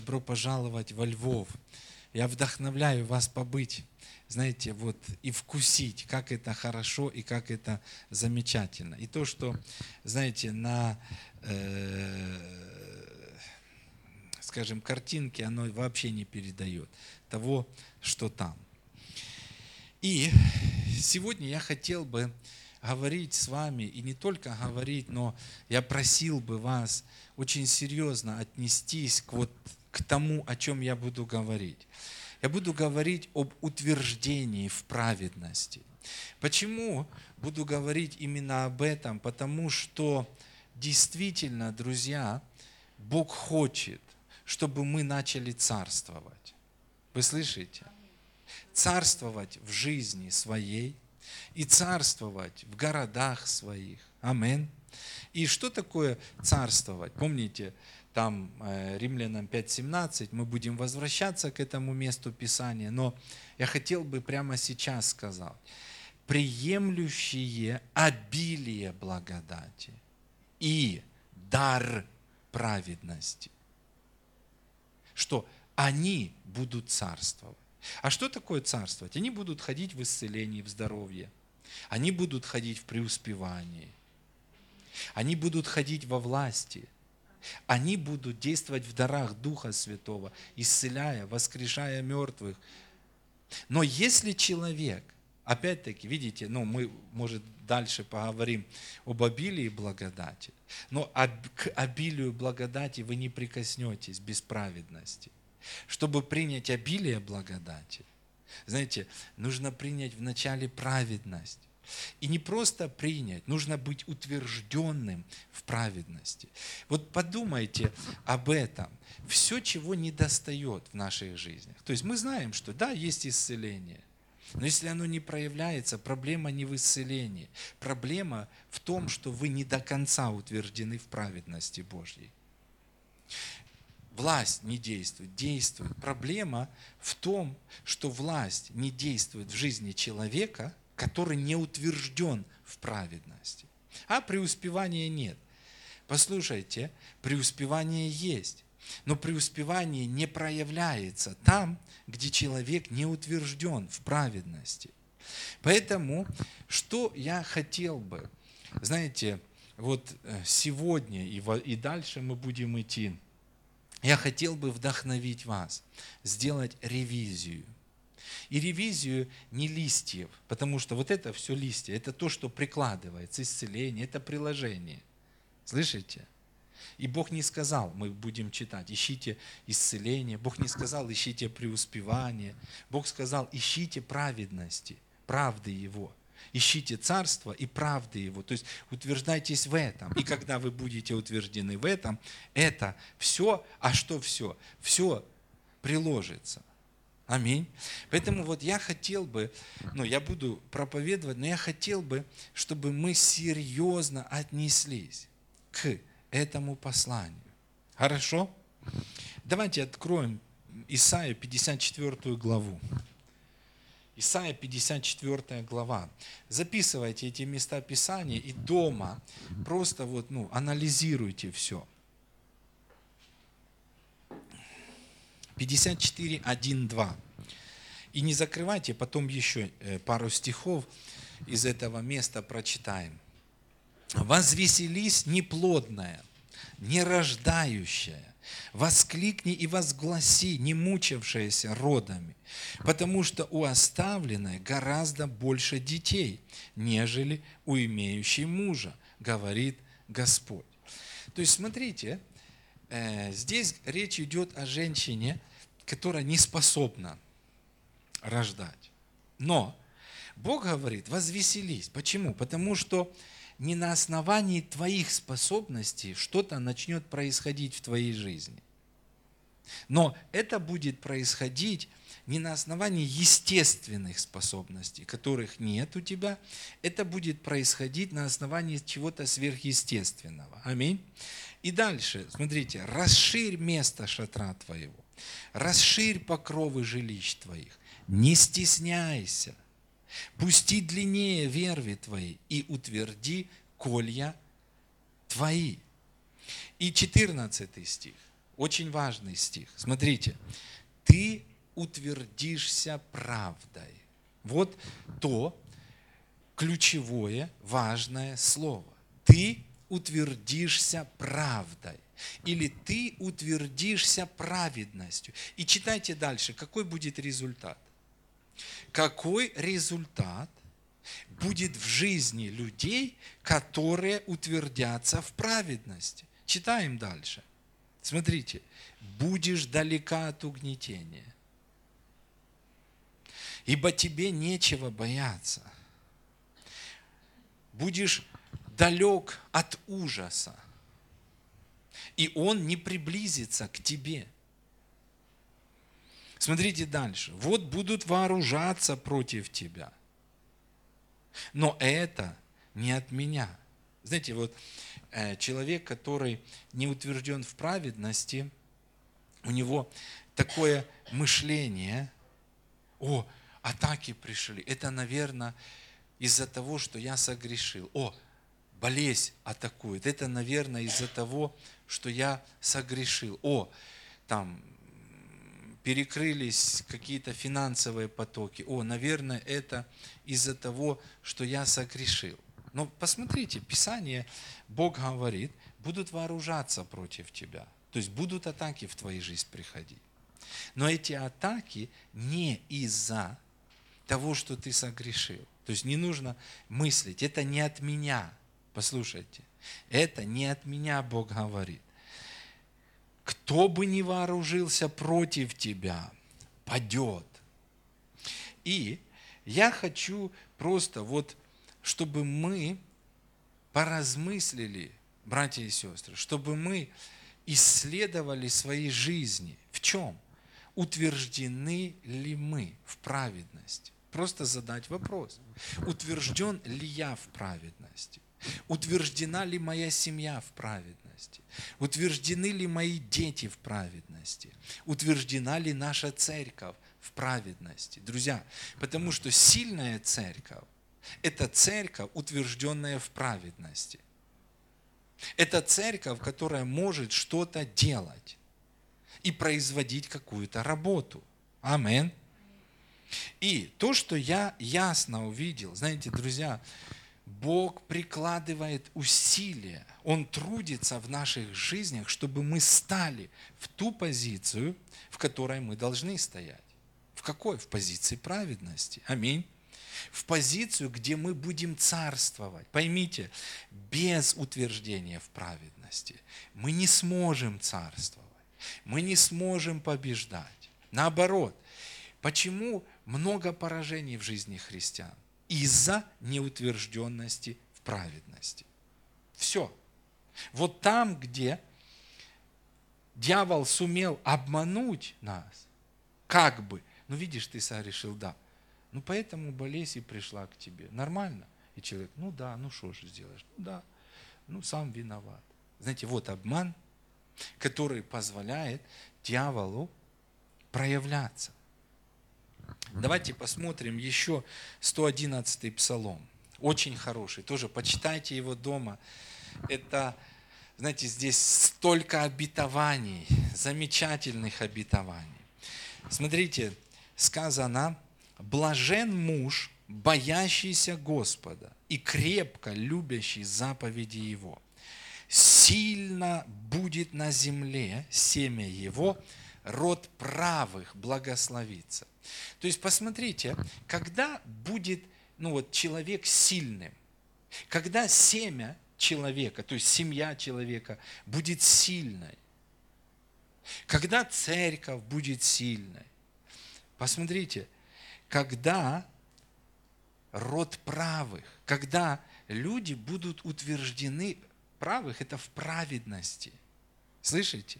Добро пожаловать во Львов. Я вдохновляю вас побыть, знаете, вот и вкусить, как это хорошо и как это замечательно. И то, что, знаете, на, скажем, картинке, оно вообще не передает того, что там. И сегодня я хотел бы говорить с вами, и не только говорить, но я просил бы вас очень серьезно отнестись к тому, о чем я буду говорить. Я буду говорить об утверждении в праведности. Почему буду говорить именно об этом? Потому что действительно, друзья, Бог хочет, чтобы мы начали царствовать. Вы слышите? Царствовать в жизни своей и царствовать в городах своих. Амин. И что такое царствовать? Помните, там Римлянам 5:17, мы будем возвращаться к этому месту Писания, но я хотел бы прямо сейчас сказать, приемлющие обилие благодати и дар праведности, что они будут царствовать. А что такое царствовать? Они будут ходить в исцелении, в здоровье. Они будут ходить в преуспевании. Они будут ходить во власти. Они будут действовать в дарах Духа Святого, исцеляя, воскрешая мертвых. Но если человек, опять-таки, видите, мы, может, дальше поговорим об обилии благодати, но к обилию благодати вы не прикоснетесь без праведности. Чтобы принять обилие благодати, знаете, нужно принять вначале праведность. И не просто принять, нужно быть утвержденным в праведности. Вот подумайте об этом. Все, чего недостает в наших жизнях. То есть мы знаем, что да, есть исцеление. Но если оно не проявляется, проблема не в исцелении. Проблема в том, что вы не до конца утверждены в праведности Божьей. Власть не действует, действует. Проблема в том, что власть не действует в жизни человека, который не утвержден в праведности. А преуспевания нет. Послушайте, преуспевание есть, но преуспевание не проявляется там, где человек не утвержден в праведности. Поэтому, что я хотел бы, знаете, вот сегодня и дальше мы будем идти, я хотел бы вдохновить вас, сделать ревизию. И ревизию не листьев, потому что вот это все листья, это то, что прикладывается, исцеление, это приложение. Слышите? И Бог не сказал, мы будем читать, ищите исцеление, Бог не сказал, ищите преуспевание, Бог сказал, ищите праведности, правды Его. Ищите царство и правды Его. То есть утверждайтесь в этом. И когда вы будете утверждены в этом, это все, а что все? Все приложится. Аминь. Поэтому вот я хотел бы, я буду проповедовать, но я хотел бы, чтобы мы серьезно отнеслись к этому посланию. Хорошо? Давайте откроем Исайю 54 главу. Исайя 54 глава. Записывайте эти места Писания и дома просто анализируйте все. 54, 1, 2. И не закрывайте, потом еще пару стихов из этого места прочитаем. «Возвеселись неплодная, нерождающая, воскликни и возгласи, не мучившаяся родами, потому что у оставленной гораздо больше детей, нежели у имеющей мужа, говорит Господь». То есть, смотрите, здесь речь идет о женщине, которая не способна рождать. Но Бог говорит, возвеселись. Почему? Потому что не на основании твоих способностей что-то начнет происходить в твоей жизни. Но это будет происходить не на основании естественных способностей, которых нет у тебя. Это будет происходить на основании чего-то сверхъестественного. Аминь. И дальше, смотрите, расширь место шатра твоего, расширь покровы жилищ твоих, не стесняйся, пусти длиннее верви твои и утверди колья твои. И 14 стих, очень важный стих. Смотрите, ты утвердишься правдой. Вот то ключевое, важное слово. Ты утвердишься правдой. Или ты утвердишься праведностью. И читайте дальше, какой будет результат. Какой результат будет в жизни людей, которые утвердятся в праведности? Читаем дальше. Смотрите, будешь далека от угнетения, ибо тебе нечего бояться. Будешь далек от ужаса, и он не приблизится к тебе. Смотрите дальше. Вот будут вооружаться против тебя. Но это не от меня. Знаете, вот человек, который не утвержден в праведности, у него такое мышление: о, атаки пришли. Это, наверное, из-за того, что я согрешил. О, болезнь атакует. Это, наверное, из-за того, что я согрешил. О, там перекрылись какие-то финансовые потоки. О, наверное, это из-за того, что я согрешил. Но посмотрите, Писание, Бог говорит, будут вооружаться против тебя. То есть будут атаки в твою жизнь приходить. Но эти атаки не из-за того, что ты согрешил. То есть не нужно мыслить, это не от меня. Послушайте, это не от меня Бог говорит. Кто бы ни вооружился против тебя, падет. И я хочу просто чтобы мы поразмыслили, братья и сестры, чтобы мы исследовали свои жизни. В чем? Утверждены ли мы в праведности? Просто задать вопрос. Утвержден ли я в праведности? Утверждена ли моя семья в праведности? Утверждены ли мои дети в праведности? Утверждена ли наша церковь в праведности? Друзья, потому что сильная церковь – это церковь, утвержденная в праведности. Это церковь, которая может что-то делать и производить какую-то работу. Аминь. И то, что я ясно увидел, знаете, друзья, Бог прикладывает усилия, Он трудится в наших жизнях, чтобы мы стали в ту позицию, в которой мы должны стоять. В какой? В позиции праведности. Аминь. В позицию, где мы будем царствовать. Поймите, без утверждения в праведности мы не сможем царствовать, мы не сможем побеждать. Наоборот, почему много поражений в жизни христиан? Из-за неутвержденности в праведности. Все. Вот там, где дьявол сумел обмануть нас, как бы, видишь, ты согрешил, да. Поэтому болезнь и пришла к тебе. Нормально? И человек, да, что же сделаешь? Да, сам виноват. Знаете, вот обман, который позволяет дьяволу проявляться. Давайте посмотрим еще 111-й псалом. Очень хороший. Тоже почитайте его дома. Это, знаете, здесь столько обетований, замечательных обетований. Смотрите, сказано: блажен муж, боящийся Господа и крепко любящий заповеди Его. Сильно будет на земле семя его, род правых благословится. То есть, посмотрите, когда будет человек сильным, когда семя человека, то есть семья человека будет сильной, когда церковь будет сильной, посмотрите, когда род правых, когда люди будут утверждены, правых – это в праведности. Слышите?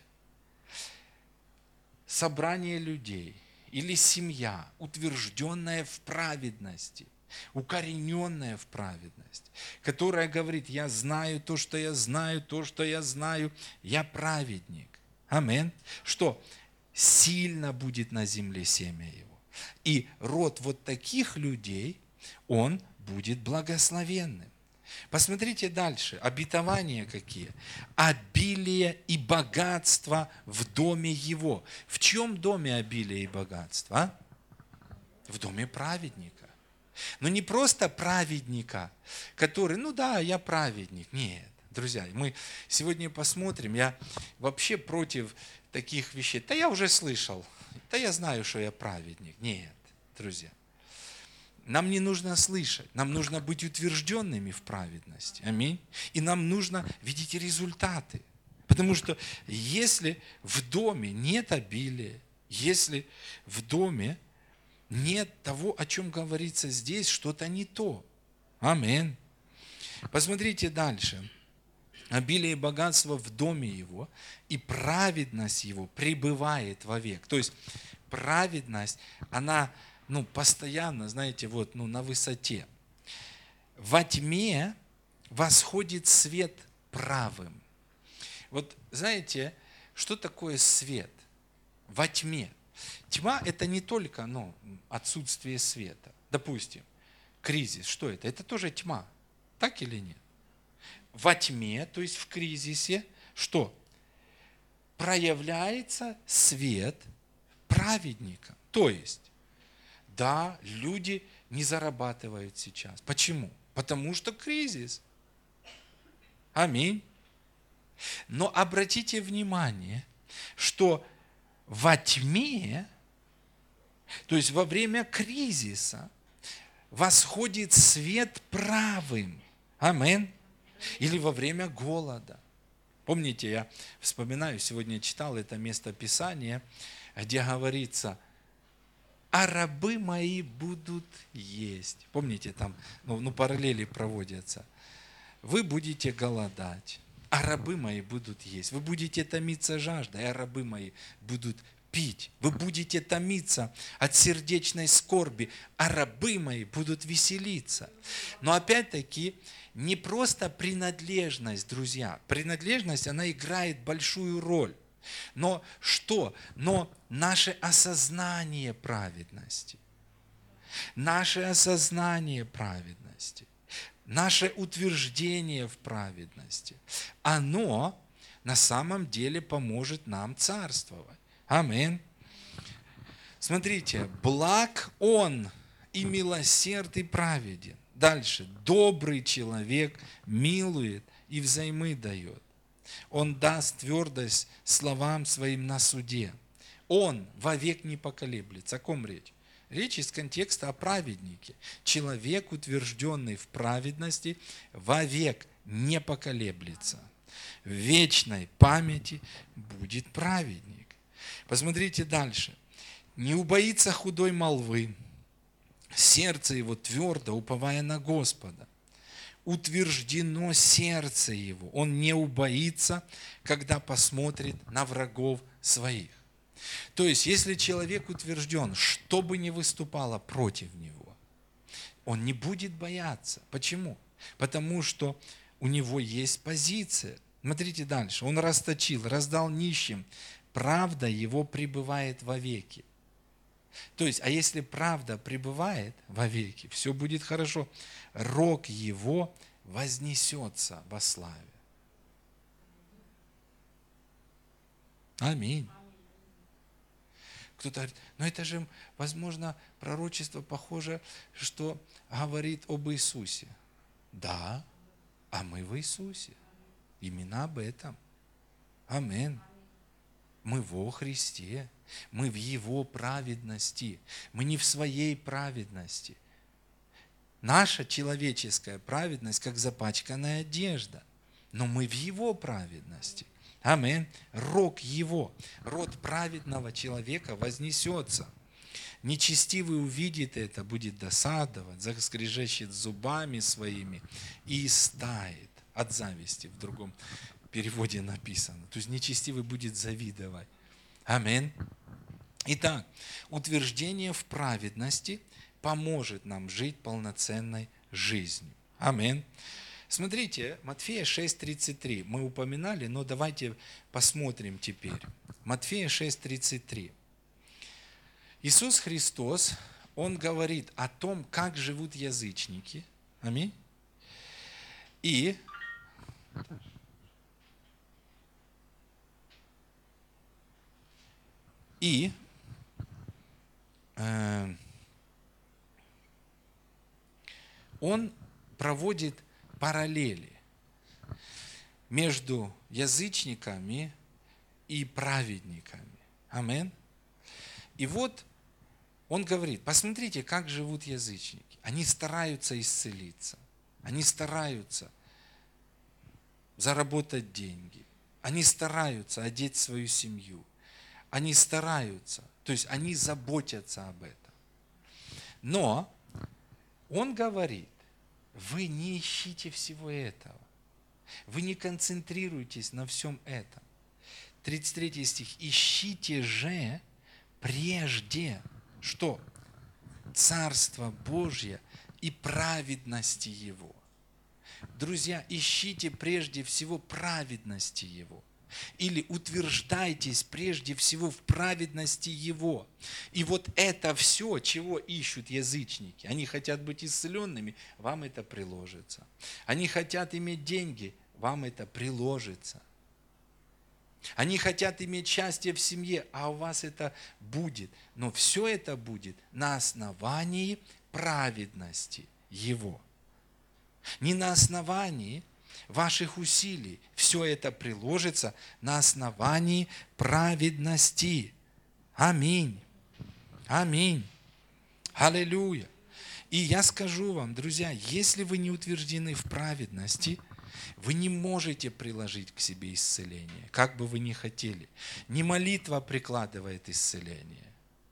Собрание людей или семья, утвержденная в праведности, укорененная в праведности, которая говорит: я знаю то, что я знаю, то, что я знаю, я праведник. Аминь. Что? Сильно будет на земле семя его. И род вот таких людей, он будет благословенным. Посмотрите дальше. Обетования какие. Обилие и богатство в доме его. В чьем доме обилие и богатство? А? В доме праведника. Но не просто праведника, который, ну да, я праведник. Нет, друзья, мы сегодня посмотрим. Я вообще против таких вещей. Да я уже слышал. Да я знаю, что я праведник. Нет, друзья. Нам не нужно слышать, нам нужно быть утвержденными в праведности. Аминь. И нам нужно видеть результаты. Потому что если в доме нет обилия, если в доме нет того, о чем говорится здесь, что-то не то. Аминь. Посмотрите дальше. Обилие и богатство в доме его, и праведность его пребывает вовек. То есть праведность, она постоянно, знаете, на высоте. Во тьме восходит свет правым. Вот знаете, что такое свет? Во тьме. Тьма – это не только отсутствие света. Допустим, кризис, что это? Это тоже тьма. Так или нет? Во тьме, то есть в кризисе, что? Проявляется свет праведника. То есть, да, люди не зарабатывают сейчас. Почему? Потому что кризис. Аминь. Но обратите внимание, что во тьме, то есть во время кризиса, восходит свет правым. Аминь. Или во время голода. Помните, я вспоминаю, сегодня читал это место Писания, где говорится: а рабы мои будут есть. Помните, там параллели проводятся. Вы будете голодать, а рабы мои будут есть. Вы будете томиться жаждой, а рабы мои будут пить. Вы будете томиться от сердечной скорби, а рабы мои будут веселиться. Но опять-таки, не просто принадлежность, друзья. Принадлежность, она играет большую роль. Но что? Но наше осознание праведности. Наше осознание праведности. Наше утверждение в праведности. Оно на самом деле поможет нам царствовать. Аминь. Смотрите, благ он и милосерд и праведен. Дальше. Добрый человек милует и взаймы дает. Он даст твердость словам своим на суде. Он вовек не поколеблется. О ком речь? Речь из контекста о праведнике. Человек, утвержденный в праведности, вовек не поколеблется. В вечной памяти будет праведник. Посмотрите дальше. Не убоится худой молвы. Сердце его твердо, уповая на Господа. Утверждено сердце его. Он не убоится, когда посмотрит на врагов своих. То есть, если человек утвержден, что бы ни выступало против него, он не будет бояться. Почему? Потому что у него есть позиция. Смотрите дальше. Он расточил, раздал нищим. Правда его пребывает вовеки. То есть, а если правда пребывает вовеки, все будет хорошо. Рог его вознесется во славе. Аминь. Кто-то говорит, но это же, возможно, пророчество похоже, что говорит об Иисусе. Да, а мы в Иисусе. Именно об этом. Аминь. Мы во Христе. Мы в Его праведности. Мы не в своей праведности. Наша человеческая праведность, как запачканная одежда. Но мы в Его праведности. Аминь. Рог Его, род праведного человека вознесется. Нечестивый увидит это, будет досадовать, заскрежещет зубами своими и истает от зависти. В другом переводе написано. То есть нечестивый будет завидовать. Аминь. Итак, утверждение в праведности поможет нам жить полноценной жизнью. Аминь. Смотрите, Матфея 6:33. Мы упоминали, но давайте посмотрим теперь. Матфея 6:33. Иисус И он проводит параллели между язычниками и праведниками. Амин. И вот он говорит, посмотрите, как живут язычники. Они стараются исцелиться, они стараются заработать деньги, они стараются одеть свою семью, они стараются, то есть они заботятся об этом. Но он говорит, вы не ищите всего этого, вы не концентрируйтесь на всем этом. 33 стих. Ищите же прежде, что? Царство Божье и праведности Его. Друзья, ищите прежде всего праведности Его. Или утверждайтесь прежде всего в праведности Его. И вот это все, чего ищут язычники. Они хотят быть исцеленными, вам это приложится. Они хотят иметь деньги, вам это приложится. Они хотят иметь счастье в семье, а у вас это будет. Но все это будет на основании праведности Его. Не на основании ваших усилий. Все это приложится на основании праведности. Аминь. Аминь. Аллилуйя. И я скажу вам, друзья, если вы не утверждены в праведности, вы не можете приложить к себе исцеление, как бы вы ни хотели. Не молитва прикладывает исцеление.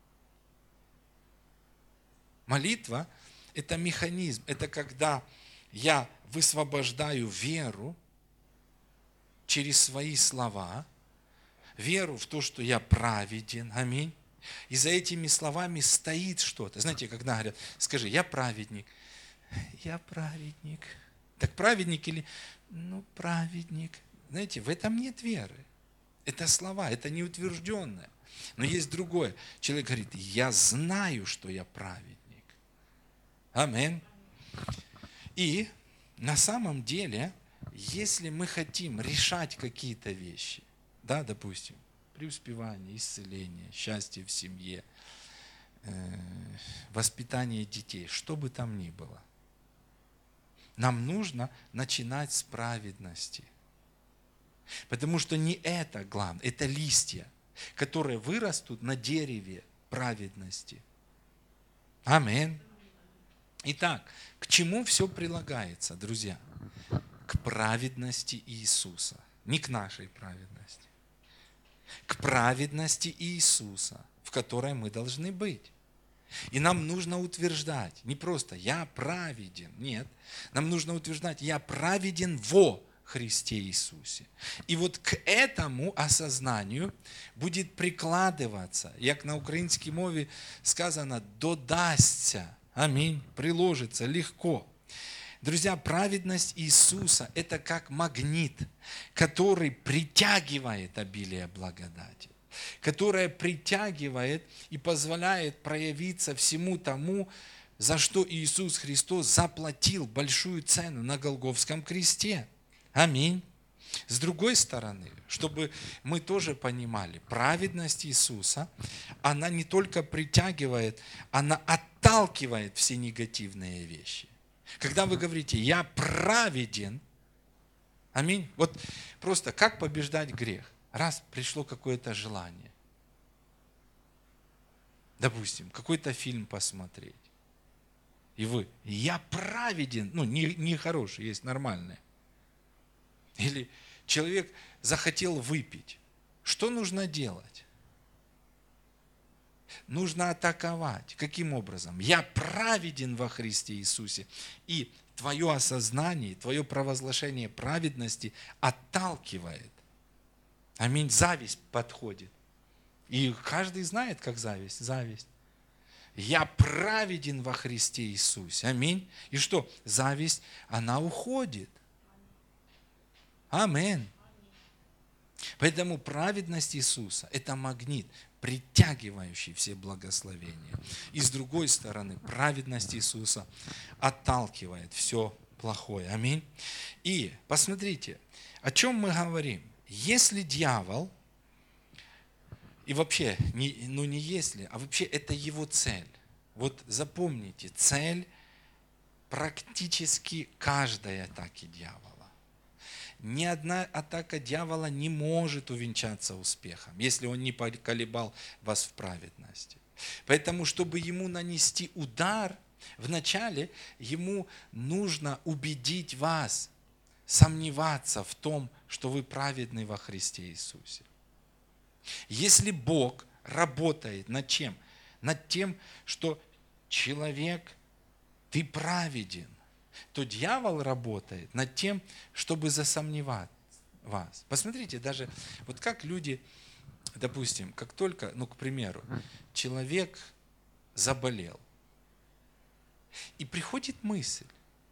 Молитва – это механизм, это когда я высвобождаю веру через свои слова, веру в то, что я праведен, аминь. И за этими словами стоит что-то. Знаете, когда говорят, скажи, я праведник. Я праведник. Так праведник или, праведник. Знаете, в этом нет веры. Это слова, это неутвержденное. Но есть другое. Человек говорит, я знаю, что я праведник. Аминь. И на самом деле, если мы хотим решать какие-то вещи, да, допустим, преуспевание, исцеление, счастье в семье, воспитание детей, что бы там ни было, нам нужно начинать с праведности. Потому что не это главное, это листья, которые вырастут на дереве праведности. Аминь. Итак, к чему все прилагается, друзья? К праведности Иисуса. Не к нашей праведности. К праведности Иисуса, в которой мы должны быть. И нам нужно утверждать, не просто «я праведен», нет. Нам нужно утверждать «я праведен во Христе Иисусе». И вот к этому осознанию будет прикладываться, як на українській мові сказано, додасться, аминь, приложится легко. Друзья, праведность Иисуса – это как магнит, который притягивает обилие благодати, которая притягивает и позволяет проявиться всему тому, за что Иисус Христос заплатил большую цену на Голгофском кресте. Аминь. С другой стороны, чтобы мы тоже понимали, праведность Иисуса, она не только притягивает, она отталкивает все негативные вещи. Когда вы говорите «я праведен», аминь, вот просто как побеждать грех? Раз пришло какое-то желание, допустим, какой-то фильм посмотреть, и вы «я праведен», не хороший, есть нормальный. Или человек захотел выпить. Что нужно делать? Нужно атаковать. Каким образом? Я праведен во Христе Иисусе. И твое осознание, твое провозглашение праведности отталкивает. Аминь. Зависть подходит. И каждый знает, как зависть. Зависть. Я праведен во Христе Иисусе. Аминь. И что? Зависть, она уходит. Аминь. Поэтому праведность Иисуса – это магнит, притягивающий все благословения. И с другой стороны, праведность Иисуса отталкивает все плохое. Аминь. И посмотрите, о чем мы говорим. Если дьявол, и вообще, не если, а вообще это его цель. Вот запомните, цель практически каждой атаки дьявола. Ни одна атака дьявола не может увенчаться успехом, если он не поколебал вас в праведности. Поэтому, чтобы ему нанести удар, вначале ему нужно убедить вас сомневаться в том, что вы праведны во Христе Иисусе. Если Бог работает над чем? Над тем, что человек, ты праведен, то дьявол работает над тем, чтобы засомневать вас. Посмотрите, даже вот как люди, допустим, как только, к примеру, человек заболел, и приходит мысль,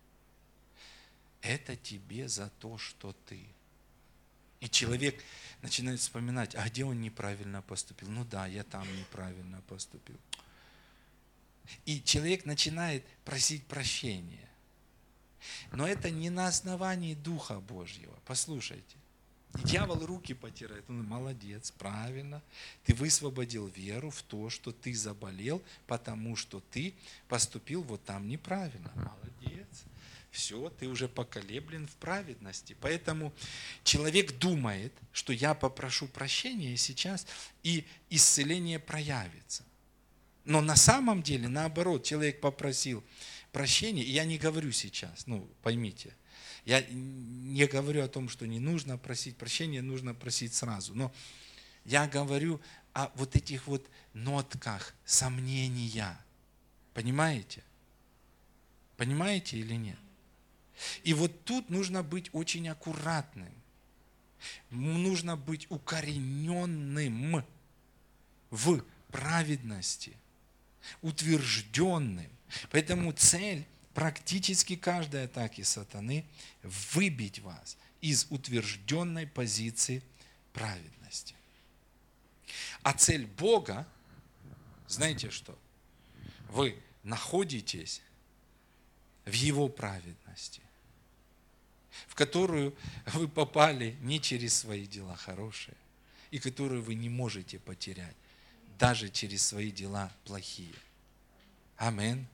это тебе за то, что ты. И человек начинает вспоминать, а где он неправильно поступил? Ну да, я там неправильно поступил. И человек начинает просить прощения. Но это не на основании Духа Божьего. Послушайте. И дьявол руки потирает. Он молодец, правильно. Ты высвободил веру в то, что ты заболел, потому что ты поступил вот там неправильно. Молодец. Все, ты уже поколеблен в праведности. Поэтому человек думает, что я попрошу прощения сейчас, и исцеление проявится. Но на самом деле, наоборот, человек попросил прощения, и я не говорю сейчас, поймите, я не говорю о том, что не нужно просить прощения, нужно просить сразу. Но я говорю о вот этих вот нотках сомнения. Понимаете? Понимаете или нет? И вот тут нужно быть очень аккуратным. Нужно быть укорененным в праведности, утвержденным. Поэтому цель практически каждой атаки сатаны – выбить вас из утвержденной позиции праведности. А цель Бога, знаете что? Вы находитесь в Его праведности, в которую вы попали не через свои дела хорошие, и которую вы не можете потерять, даже через свои дела плохие. Аминь.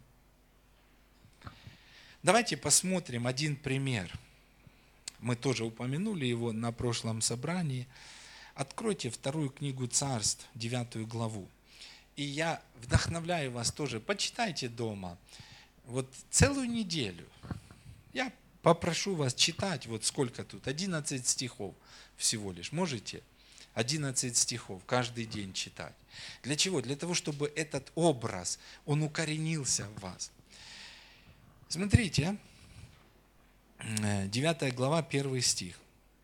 Давайте посмотрим один пример. Мы тоже упомянули его на прошлом собрании. Откройте вторую книгу Царств, 9 главу. И я вдохновляю вас тоже, почитайте дома. Вот целую неделю. Я попрошу вас читать, вот сколько тут, 11 стихов всего лишь. Можете? 11 стихов каждый день читать. Для чего? Для того, чтобы этот образ, он укоренился в вас. Смотрите, 9 глава, 1 стих.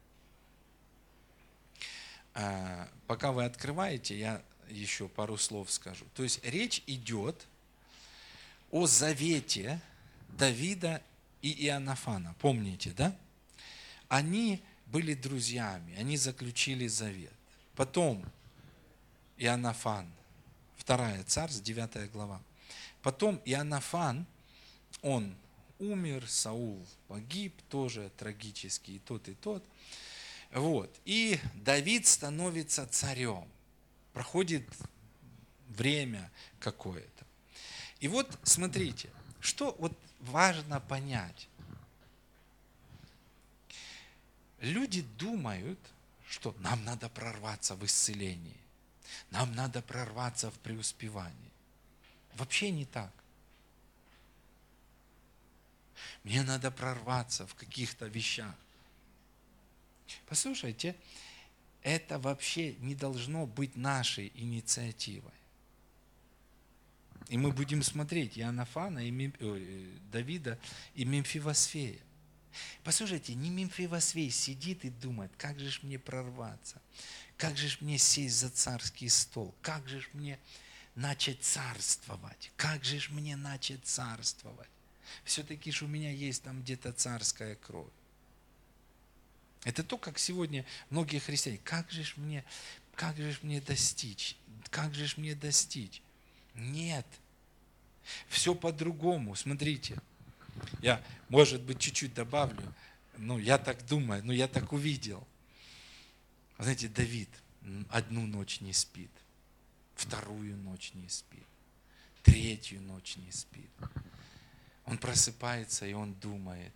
Пока вы открываете, я еще пару слов скажу. То есть речь идет о завете Давида и Иоаннафана. Помните, да? Они были друзьями, они заключили завет. Потом Иоаннафан, 2 Царств, 9 глава. Потом Иоаннафан, он умер, Саул погиб, тоже трагически и тот, и тот. Вот. И Давид становится царем. Проходит время какое-то. И вот смотрите, что вот важно понять. Люди думают, что нам надо прорваться в исцелении, нам надо прорваться в преуспевании. Вообще не так. Мне надо прорваться в каких-то вещах. Послушайте, это вообще не должно быть нашей инициативой. И мы будем смотреть Иоаннафана, Давида и Мемфивосфея. Послушайте, не Мемфивосфей сидит и думает, как же ж мне прорваться, как же ж мне сесть за царский стол, как же ж мне начать царствовать, как же ж мне начать царствовать. Все-таки ж у меня есть там где-то царская кровь. Это то, как сегодня многие христиане, как же ж мне достичь, как же ж мне достичь. Нет, все по-другому, смотрите. Я, может быть, чуть-чуть добавлю. Я так думаю, я так увидел. Знаете, Давид одну ночь не спит, вторую ночь не спит, третью ночь не спит. Он просыпается, и он думает,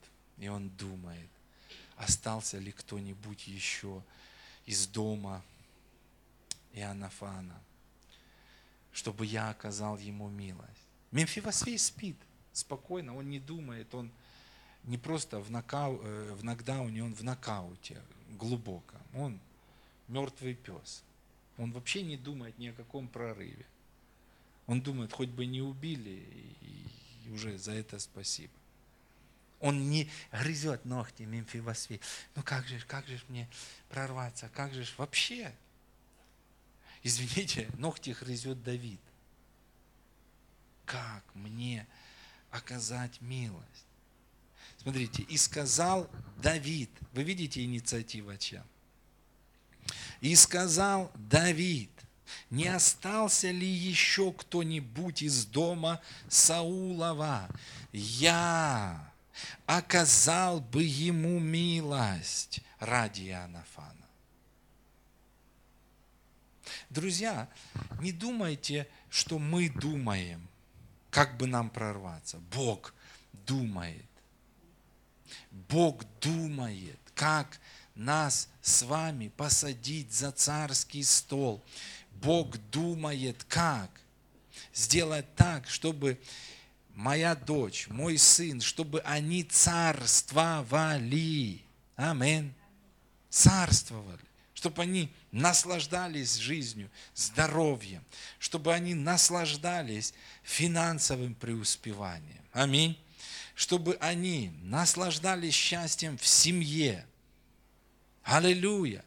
остался ли кто-нибудь еще из дома Иоаннафана, чтобы я оказал ему милость. Мемфивосфей спит спокойно, он не думает, он не просто в нокдауне, он в нокауте глубоко. Он мертвый пес. Он вообще не думает ни о каком прорыве. Он думает, хоть бы не убили, и уже за это спасибо. Он не грызет ногти Мемфивосфей. Как же мне прорваться? Как же вообще? Извините, ногти грызет Давид. Как мне оказать милость? Смотрите, и сказал Давид. Вы видите инициативу чья? И сказал Давид: не остался ли еще кто-нибудь из дома Саулова? Я оказал бы ему милость ради Иоаннафана. Друзья, не думайте, что мы думаем, как бы нам прорваться. Бог думает. Бог думает, как нас с вами посадить за царский стол. Бог думает, как сделать так, чтобы моя дочь, мой сын, чтобы они царствовали. Аминь. Царствовали. Чтобы они наслаждались жизнью, здоровьем. Чтобы они наслаждались финансовым преуспеванием. Аминь. Чтобы они наслаждались счастьем в семье. Аллилуйя.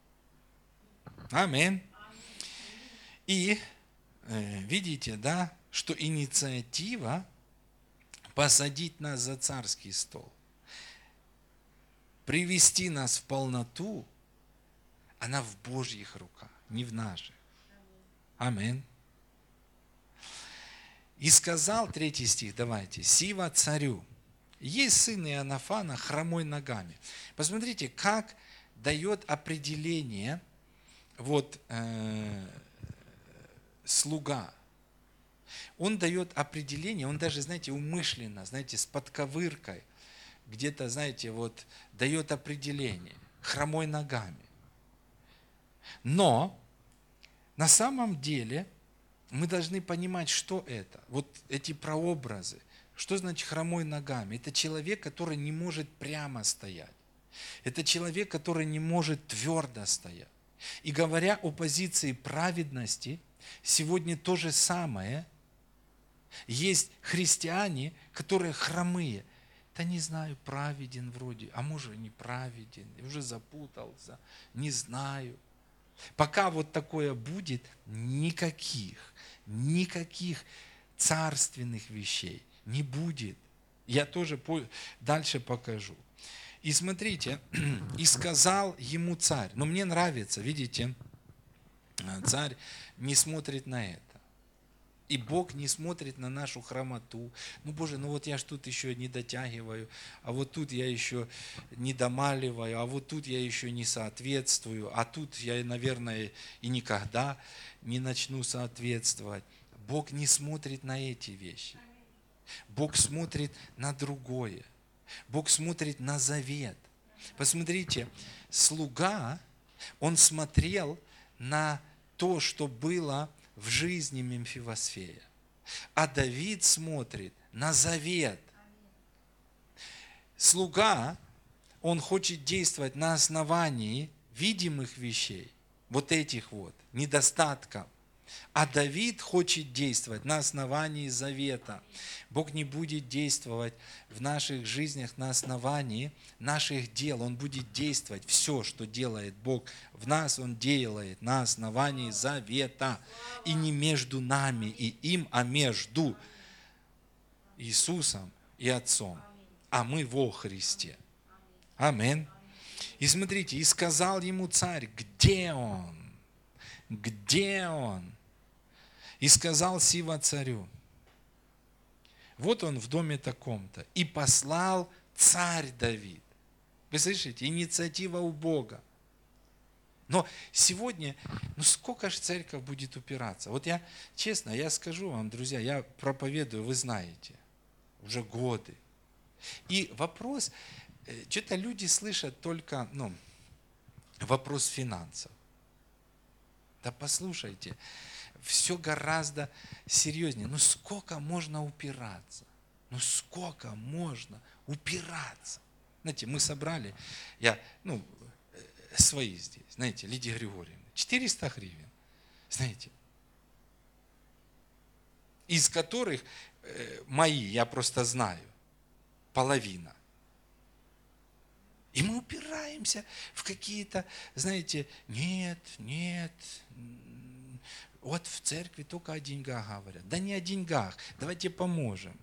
Аминь. И видите, да, что инициатива посадить нас за царский стол, привести нас в полноту, она в Божьих руках, не в наших. Аминь. И сказал, 3 стих, давайте, сива царю, есть сын Иоаннафана хромой ногами. Посмотрите, как дает определение слуга. Он дает определение, он даже, знаете, умышленно, знаете, с подковыркой, где-то, знаете, дает определение, хромой ногами. Но на самом деле мы должны понимать, что это. Эти прообразы. Что значит хромой ногами? Это человек, который не может прямо стоять. Это человек, который не может твердо стоять. И говоря о позиции праведности, сегодня то же самое. Есть христиане, которые хромые. Да не знаю, праведен вроде, а может не праведен, уже запутался, не знаю. Пока такое будет, никаких царственных вещей не будет. Я тоже дальше покажу. И смотрите, и сказал ему царь. Но мне нравится, видите, царь не смотрит на это. И Бог не смотрит на нашу хромоту. Боже, я ж тут еще не дотягиваю, а тут я еще не домаливаю, а тут я еще не соответствую, а тут я, наверное, и никогда не начну соответствовать. Бог не смотрит на эти вещи. Бог смотрит на другое. Бог смотрит на завет. Посмотрите, слуга, он смотрел на то, что было в жизни Мемфивосфея. А Давид смотрит на завет. Слуга, он хочет действовать на основании видимых вещей, этих недостатков. А Давид хочет действовать на основании завета. Бог не будет действовать в наших жизнях на основании наших дел. Он будет действовать. Все, что делает Бог в нас, Он делает на основании завета. И не между нами и им, а между Иисусом и Отцом. А мы во Христе. Аминь. И смотрите, и сказал ему царь, где он? Где он? И сказал сива царю, Вот он в доме таком-то. И послал царь Давид. Вы слышите? Инициатива у Бога. Но сегодня, сколько же церковь будет упираться? Вот я, честно, я скажу вам, друзья, я проповедую, вы знаете, уже годы. И вопрос, что-то люди слышат только, вопрос финансов. Да послушайте, все гораздо серьезнее. Сколько можно упираться? Сколько можно упираться? Знаете, мы собрали, свои здесь, знаете, Лидия Григорьевна, 400 гривен, знаете, из которых мои, я просто знаю, половина. И мы упираемся в какие-то, знаете, нет, вот в церкви только о деньгах говорят. Да не о деньгах, давайте поможем.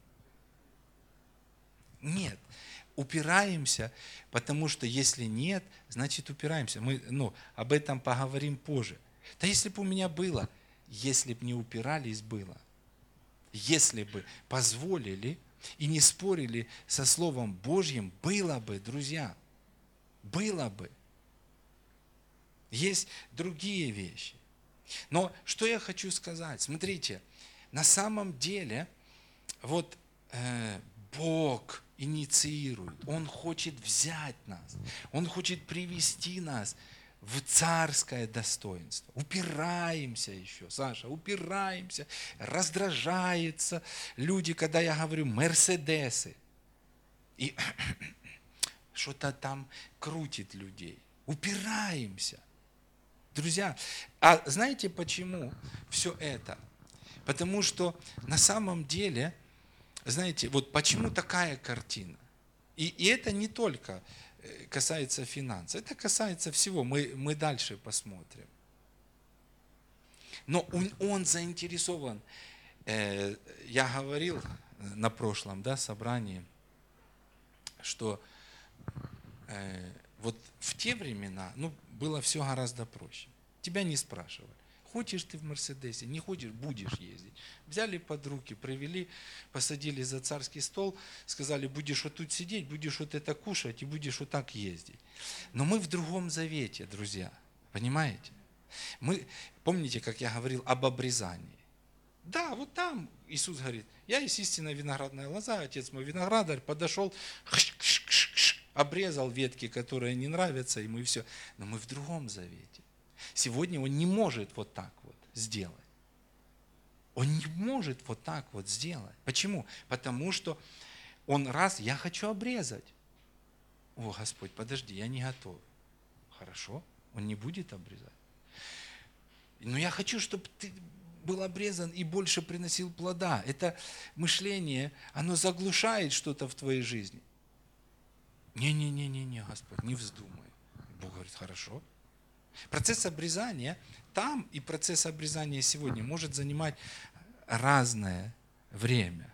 Нет, упираемся, потому что если нет, значит упираемся. Мы об этом поговорим позже. Да если бы у меня было, если бы не упирались, было. Если бы позволили и не спорили со Словом Божьим, было бы, друзья, было бы. Есть другие вещи. Но что я хочу сказать? Смотрите, на самом деле, Бог инициирует, Он хочет взять нас, Он хочет привести нас в царское достоинство. Упираемся еще, Саша, упираемся, раздражаются люди, когда я говорю мерседесы, и что-то там крутит людей. Упираемся. Друзья, а знаете почему все это? Потому что на самом деле, знаете, почему такая картина? И это не только касается финансов, это касается всего. Мы дальше посмотрим. Но он заинтересован. Я говорил на прошлом собрании, что в те времена, было все гораздо проще. Тебя не спрашивали. Хочешь ты в Мерседесе, не хочешь, будешь ездить. Взяли под руки, привели, посадили за царский стол, сказали, будешь вот тут сидеть, будешь вот это кушать и будешь вот так ездить. Но мы в другом завете, друзья, понимаете? Помните, как я говорил об обрезании? Да, вот там Иисус говорит, я есть истинная виноградная лоза, отец мой виноградарь, подошел, обрезал ветки, которые не нравятся ему и все. Но мы в другом завете. Сегодня он не может вот так вот сделать. Он не может вот так вот сделать. Почему? Потому что я хочу обрезать. О, Господь, подожди, я не готов. Хорошо, он не будет обрезать. Но я хочу, чтобы ты был обрезан и больше приносил плода. Это мышление, оно заглушает что-то в твоей жизни. Не, Господь, не вздумай. Бог говорит, хорошо. Процесс обрезания там и процесс обрезания сегодня может занимать разное время.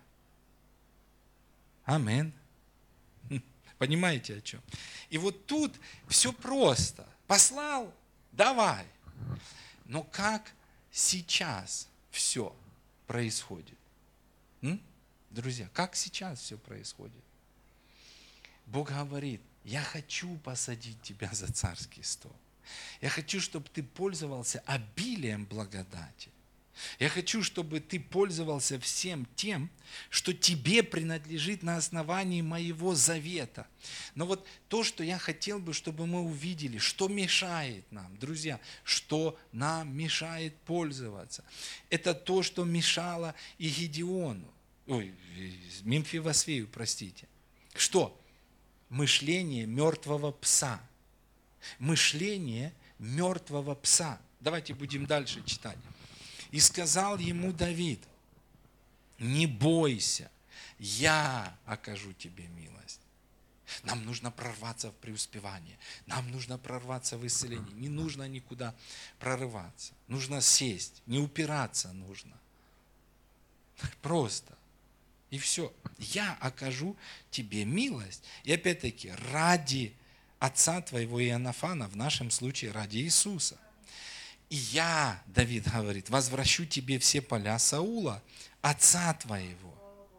Амин. Понимаете, о чем? И тут все просто. Послал, давай. Но как сейчас все происходит? Друзья, как сейчас все происходит? Бог говорит, я хочу посадить тебя за царский стол. Я хочу, чтобы ты пользовался обилием благодати. Я хочу, чтобы ты пользовался всем тем, что тебе принадлежит на основании моего завета. Но то, что я хотел бы, чтобы мы увидели, что мешает нам, друзья, что нам мешает пользоваться. Это то, что мешало и Гедеону, Мемфивосфею, простите. Что? Мышление мертвого пса. Мышление мертвого пса. Давайте будем дальше читать. И сказал ему Давид, не бойся, я окажу тебе милость. Нам нужно прорваться в преуспевание, нам нужно прорваться в исцеление, не нужно никуда прорываться. Нужно сесть, не упираться нужно. Просто. И все. Я окажу тебе милость. И опять-таки, ради отца твоего Иоаннафана, в нашем случае ради Иисуса. И я, Давид говорит, возвращу тебе все поля Саула, отца твоего.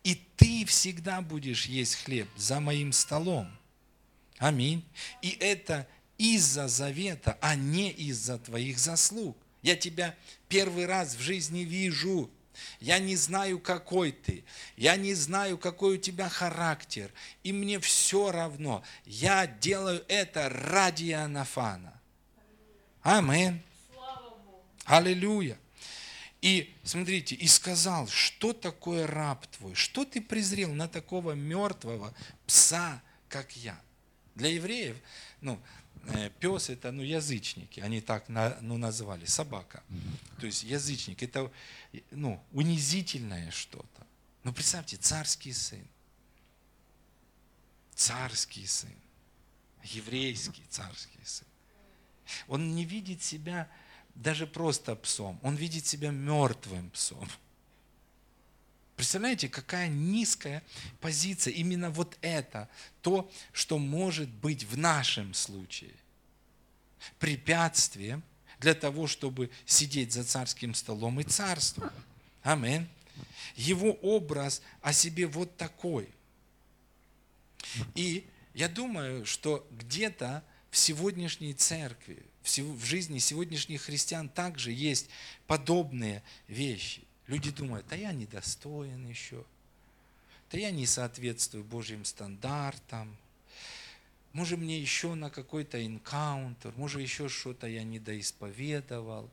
И ты всегда будешь есть хлеб за моим столом. Аминь. И это из-за завета, а не из-за твоих заслуг. Я тебя первый раз в жизни вижу. Я не знаю, какой ты. Я не знаю, какой у тебя характер. И мне все равно. Я делаю это ради Иоаннафана. Аминь. Аллилуйя. И смотрите, и сказал, что такое раб твой? Что ты презрел на такого мертвого пса, как я? Для евреев, пес это, язычники, они так называли, собака. То есть язычник, это, унизительное что-то. Но представьте, царский сын, еврейский царский сын. Он не видит себя даже просто псом, он видит себя мертвым псом. Представляете, какая низкая позиция. Именно вот это, то, что может быть в нашем случае препятствием для того, чтобы сидеть за царским столом и царствовать. Аминь. Его образ о себе вот такой. И я думаю, что где-то в сегодняшней церкви, в жизни сегодняшних христиан также есть подобные вещи. Люди думают, да я недостоин еще, да я не соответствую Божьим стандартам, может мне еще на какой-то энкаунтер, может еще что-то я недоисповедовал,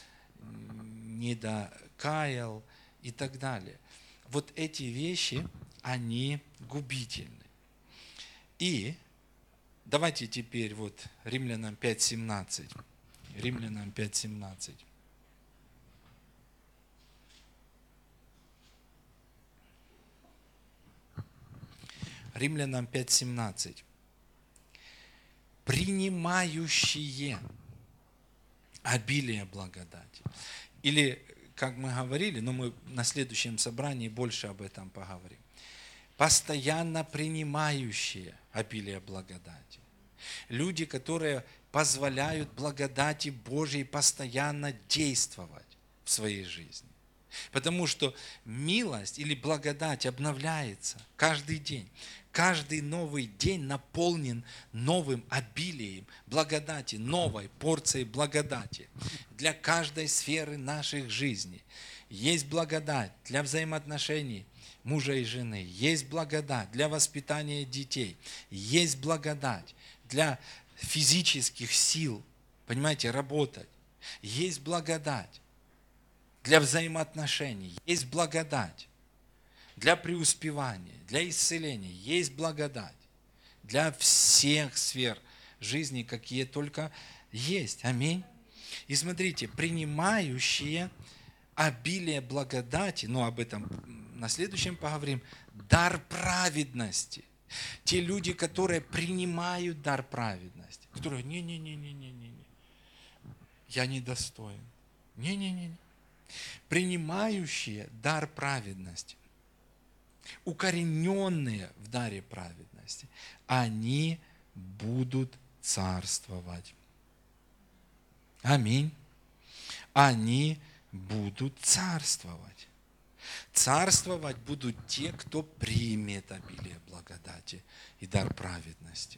недокаял и так далее. Вот эти вещи, они губительны. И давайте теперь вот Римлянам 5:17. Римлянам 5:17. Римлянам 5:17. Принимающие обилие благодати. Или, как мы говорили, но мы на следующем собрании больше об этом поговорим. Постоянно принимающие обилие благодати. Люди, которые позволяют благодати Божьей постоянно действовать в своей жизни. Потому что милость или благодать обновляется каждый день. Каждый новый день наполнен новым обилием благодати, новой порцией благодати для каждой сферы наших жизней. Есть благодать для взаимоотношений мужа и жены, есть благодать для воспитания детей, есть благодать для физических сил, понимаете, работать, есть благодать для взаимоотношений, есть благодать для преуспевания, для исцеления, есть благодать для всех сфер жизни, какие только есть. Аминь. И смотрите, принимающие обилие благодати, об этом на следующем поговорим, дар праведности. Те люди, которые принимают дар праведности, которые, не, я недостоин. Не. Принимающие дар праведности, укорененные в даре праведности, они будут царствовать. Аминь. Они будут царствовать. Царствовать будут те, кто примет обилие благодати и дар праведности.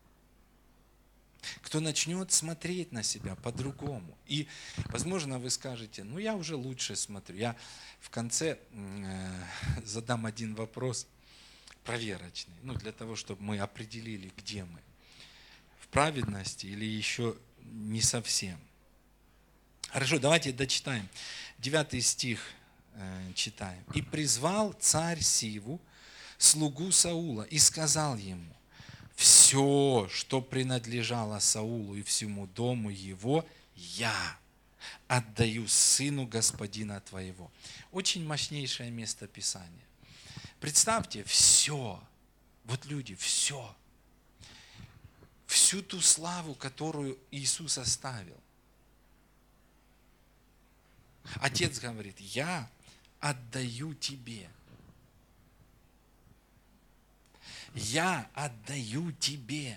Кто начнет смотреть на себя по-другому. И, возможно, вы скажете, я уже лучше смотрю. Я в конце задам один вопрос проверочный, для того, чтобы мы определили, где мы. В праведности или еще не совсем. Хорошо, давайте дочитаем. 9 стих читаем. «И призвал царь Сиву, слугу Саула, и сказал ему: все, что принадлежало Саулу и всему дому его, я отдаю сыну господина твоего». Очень мощнейшее место Писания. Представьте, все, вот люди, все, всю ту славу, которую Иисус оставил. Отец говорит: я отдаю тебе. Я отдаю тебе.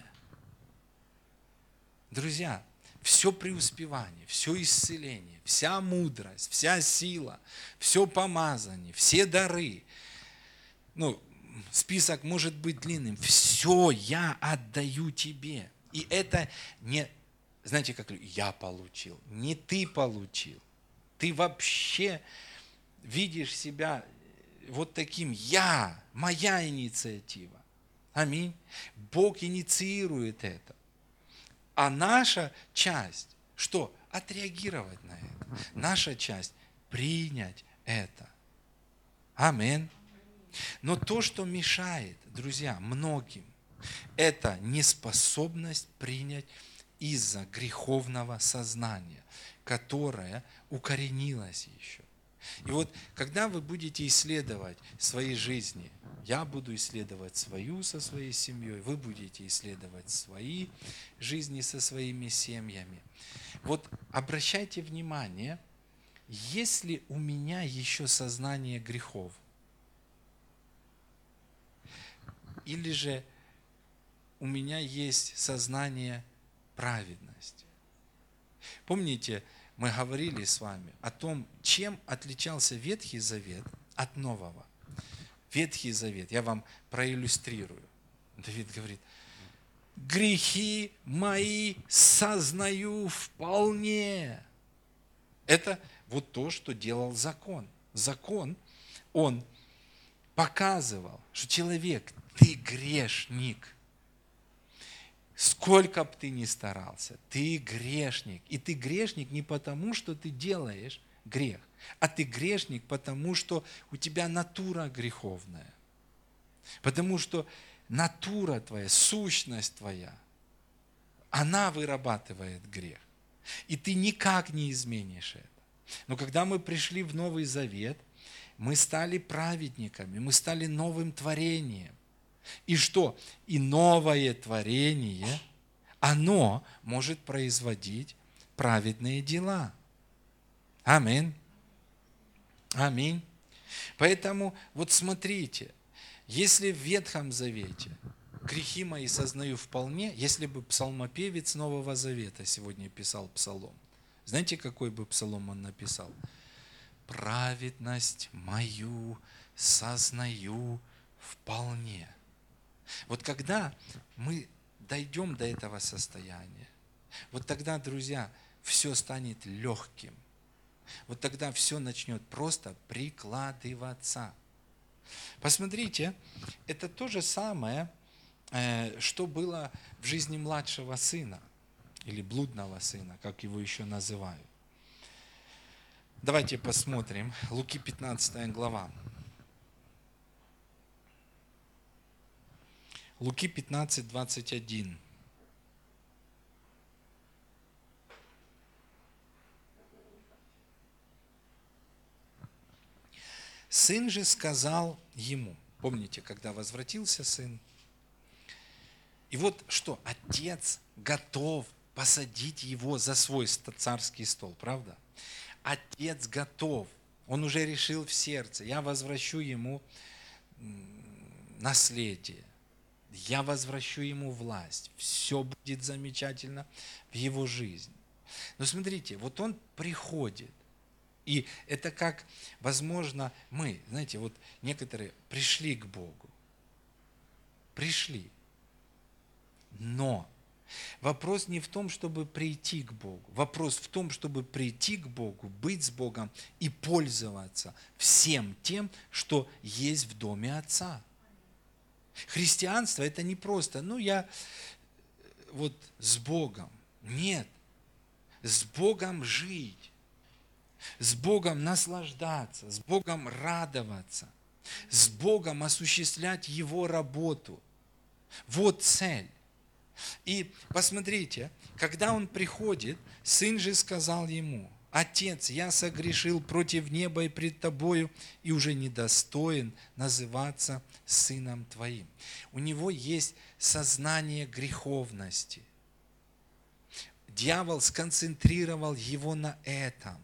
Друзья, все преуспевание, все исцеление, вся мудрость, вся сила, все помазание, все дары, Ну, список может быть длинным. Все я отдаю тебе. И это не, знаете, как я получил, не ты получил. Ты вообще видишь себя вот таким моя инициатива. Аминь. Бог инициирует это. А наша часть, что? Отреагировать на это. Наша часть принять это. Аминь. Но то, что мешает, друзья, многим, это неспособность принять из-за греховного сознания, которое укоренилось еще. И вот, когда вы будете исследовать свои жизни, я буду исследовать свою со своей семьей, вы будете исследовать свои жизни со своими семьями. Вот обращайте внимание, есть ли у меня еще сознание грехов? Или же у меня есть сознание праведности? Помните, мы говорили с вами о том, чем отличался Ветхий Завет от Нового. Ветхий Завет, я вам проиллюстрирую. Давид говорит, грехи мои сознаю вполне. Это вот то, что делал закон. Закон, он показывал, что человек, ты грешник. Сколько бы ты ни старался, ты грешник. И ты грешник не потому, что ты делаешь грех, а ты грешник потому, что у тебя натура греховная. Потому что натура твоя, сущность твоя, она вырабатывает грех. И ты никак не изменишь это. Но когда мы пришли в Новый Завет, мы стали праведниками, мы стали новым творением. И что? И новое творение, оно может производить праведные дела. Аминь. Аминь. Поэтому вот смотрите, если в Ветхом Завете грехи мои сознаю вполне, если бы псалмопевец Нового Завета сегодня писал псалом, знаете, какой бы псалом он написал? Праведность мою сознаю вполне. Вот когда мы дойдем до этого состояния, вот тогда, друзья, все станет легким. Вот тогда все начнет просто прикладываться. Посмотрите, это то же самое, что было в жизни младшего сына, или блудного сына, как его еще называют. Давайте посмотрим, Луки 15 глава. Луки 15, 21. Сын же сказал ему, помните, когда возвратился сын, и вот что, отец готов посадить его за свой царский стол, правда? Отец готов, он уже решил в сердце, я возвращу ему наследие. Я возвращу ему власть. Все будет замечательно в его жизни. Но смотрите, вот он приходит. И это как, возможно, мы, знаете, вот некоторые пришли к Богу. Пришли. Но вопрос не в том, чтобы прийти к Богу. Вопрос в том, чтобы прийти к Богу, быть с Богом и пользоваться всем тем, что есть в доме Отца. Христианство это не просто, я вот с Богом. Нет. С Богом жить. С Богом наслаждаться. С Богом радоваться. С Богом осуществлять Его работу. Вот цель. И посмотрите, когда он приходит, сын же сказал ему, Отец, я согрешил против неба и пред тобою, и уже недостоин называться сыном твоим. У него есть сознание греховности. Дьявол сконцентрировал его на этом.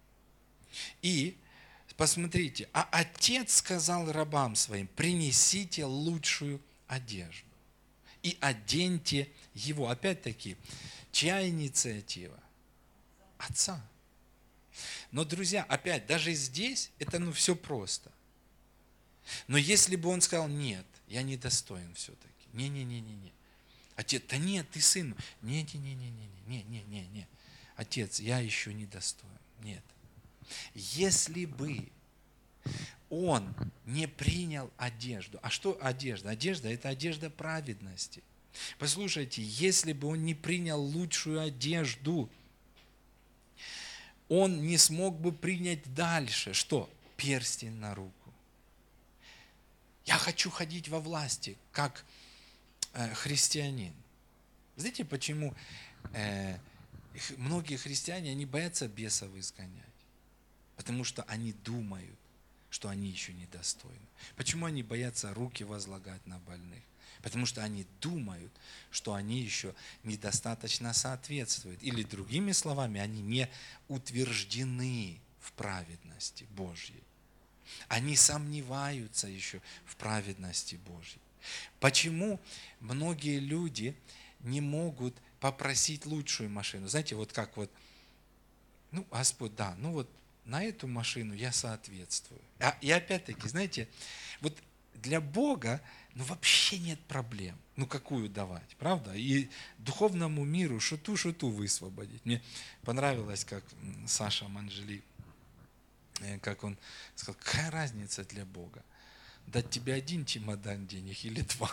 И посмотрите, а отец сказал рабам своим, принесите лучшую одежду и оденьте его. Опять-таки, чья инициатива? Отца. Но, друзья, опять, даже здесь это все просто. Но если бы он сказал, нет, я недостоин все-таки. Не-не-не-не-не. Отец, да нет, ты сын. Не-не-не-не-не-не-не-не-не. Отец, я еще недостоин. Нет. Если бы он не принял одежду. А что одежда? Одежда – это одежда праведности. Послушайте, если бы он не принял лучшую одежду, он не смог бы принять дальше. Что? Перстень на руку. Я хочу ходить во власти, как христианин. Знаете, почему многие христиане, они боятся бесов изгонять? Потому что они думают, что они еще недостойны. Почему они боятся руки возлагать на больных? Потому что они думают, что они еще недостаточно соответствуют. Или другими словами, они не утверждены в праведности Божьей. Они сомневаются еще в праведности Божьей. Почему многие люди не могут попросить лучшую машину? Знаете, вот как вот, Господь, да, вот на эту машину я соответствую. И опять-таки, знаете, вот для Бога, вообще нет проблем. Какую давать, правда? И духовному миру шуту высвободить. Мне понравилось, как Саша Манжели, как он сказал, какая разница для Бога? Дать тебе один чемодан денег или два?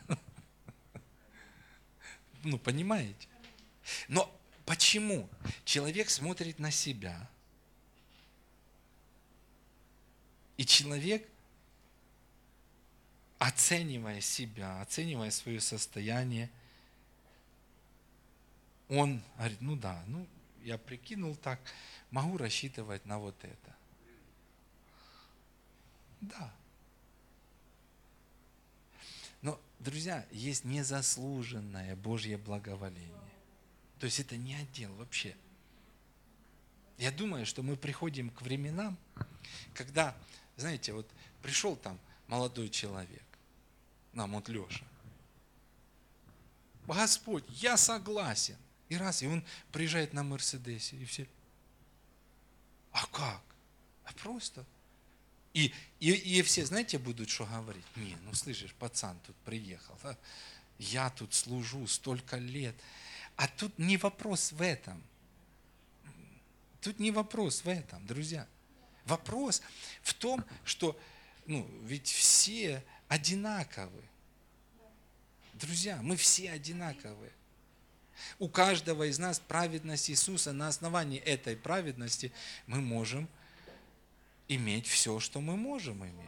Понимаете? Но почему? Человек смотрит на себя, и человек, оценивая себя, оценивая свое состояние, он говорит, я прикинул так, могу рассчитывать на вот это. Да. Но, друзья, есть незаслуженное Божье благоволение. То есть это не отдел вообще. Я думаю, что мы приходим к временам, когда, знаете, вот пришел там молодой человек, нам вот Леша. Господь, я согласен. И он приезжает на Мерседесе, и все. А как? А просто. И все, знаете, будут что говорить? Слышишь, пацан тут приехал. Да? Я тут служу столько лет. А тут не вопрос в этом. Тут не вопрос в этом, друзья. Вопрос в том, что, ведь все одинаковы. Друзья, мы все одинаковы. У каждого из нас праведность Иисуса. На основании этой праведности мы можем иметь все, что мы можем иметь.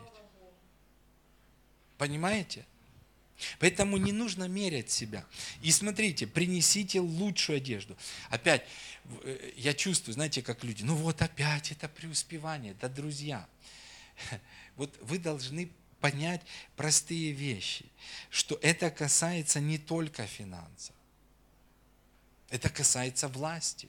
Понимаете? Поэтому не нужно мерять себя. И смотрите, принесите лучшую одежду. Опять, я чувствую, знаете, как люди, опять это преуспевание. Да, друзья, вот вы должны понять простые вещи, что это касается не только финансов. Это касается власти.